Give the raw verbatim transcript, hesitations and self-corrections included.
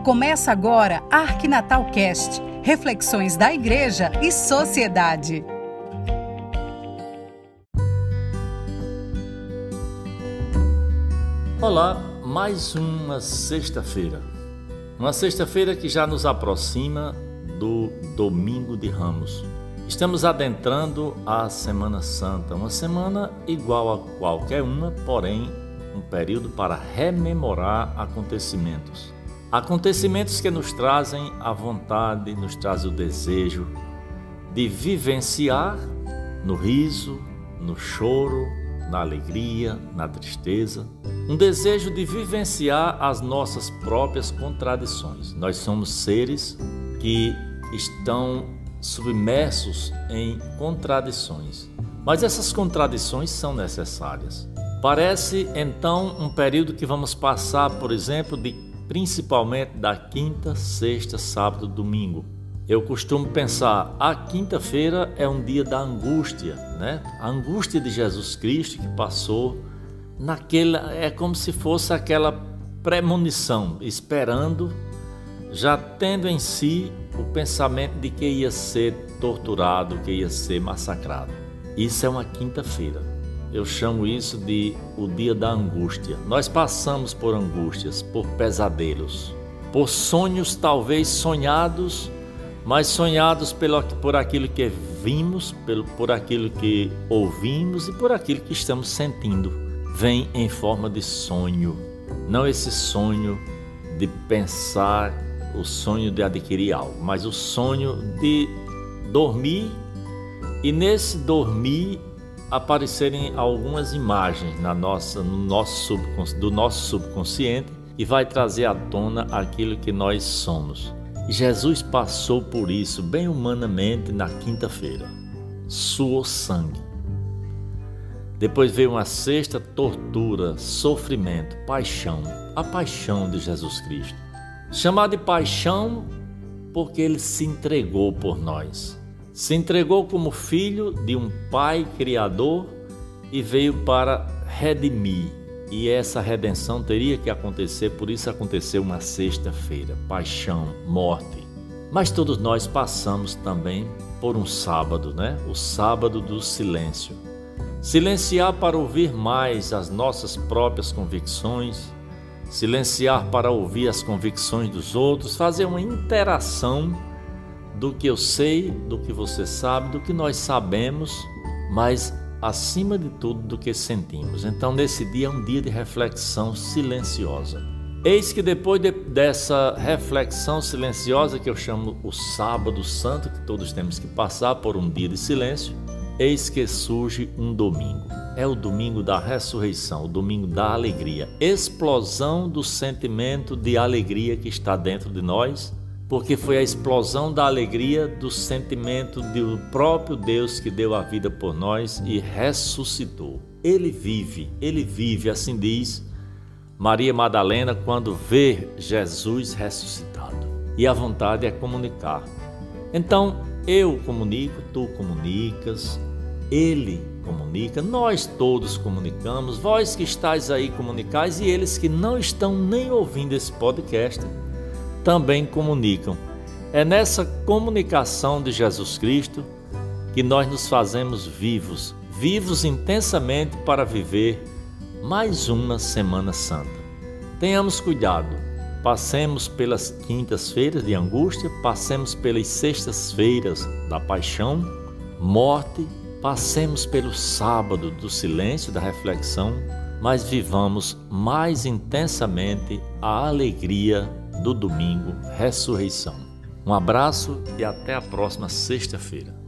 Começa agora Arquinatal Cast, reflexões da igreja e sociedade. Olá, mais uma sexta-feira. Uma sexta-feira que já nos aproxima do Domingo de Ramos. Estamos adentrando a Semana Santa, uma semana igual a qualquer uma, porém um período para rememorar acontecimentos. Acontecimentos que nos trazem a vontade, nos trazem o desejo de vivenciar no riso, no choro, na alegria, na tristeza, um desejo de vivenciar as nossas próprias contradições. Nós somos seres que estão submersos em contradições, mas essas contradições são necessárias. Parece então um período que vamos passar, por exemplo, de principalmente da quinta, sexta, sábado, domingo. Eu costumo pensar, a quinta-feira é um dia da angústia, né? A angústia de Jesus Cristo que passou naquela, é como se fosse aquela premonição, esperando, já tendo em si o pensamento de que ia ser torturado, que ia ser massacrado. Isso é uma quinta-feira. Eu chamo isso de o dia da angústia. Nós passamos por angústias, por pesadelos, por sonhos talvez sonhados, mas sonhados pelo, por aquilo que vimos, pelo, por aquilo que ouvimos e por aquilo que estamos sentindo. Vem em forma de sonho, não esse sonho de pensar, o sonho de adquirir algo, mas o sonho de dormir e nesse dormir aparecerem algumas imagens na nossa, no nosso subconsci... do nosso subconsciente e vai trazer à tona aquilo que nós somos. E Jesus passou por isso bem humanamente na quinta-feira. Suou sangue. Depois veio uma sexta, tortura, sofrimento, paixão. A paixão de Jesus Cristo. Chamada de paixão porque Ele se entregou por nós. Se entregou como filho de um pai criador e veio para redimir. E essa redenção teria que acontecer, por isso aconteceu uma sexta-feira, paixão, morte. Mas todos nós passamos também por um sábado, né? O sábado do silêncio. Silenciar para ouvir mais as nossas próprias convicções, silenciar para ouvir as convicções dos outros, fazer uma interação do que eu sei, do que você sabe, do que nós sabemos, mas acima de tudo do que sentimos. Então nesse dia é um dia de reflexão silenciosa. Eis que depois de, dessa reflexão silenciosa que eu chamo o Sábado Santo, que todos temos que passar por um dia de silêncio, eis que surge um domingo. É o domingo da ressurreição, o domingo da alegria, explosão do sentimento de alegria que está dentro de nós, porque foi a explosão da alegria do sentimento do próprio Deus que deu a vida por nós e ressuscitou. Ele vive, Ele vive, assim diz Maria Madalena quando vê Jesus ressuscitado. E a vontade é comunicar. Então, eu comunico, tu comunicas, Ele comunica, nós todos comunicamos, vós que estáis aí comunicais e eles que não estão nem ouvindo esse podcast, também comunicam. É nessa comunicação de Jesus Cristo que nós nos fazemos vivos, vivos intensamente para viver mais uma Semana Santa. Tenhamos cuidado, passemos pelas quintas-feiras de angústia, passemos pelas sextas-feiras da paixão, morte, passemos pelo sábado do silêncio, da reflexão, mas vivamos mais intensamente a alegria do domingo, ressurreição. Um abraço e até a próxima sexta-feira.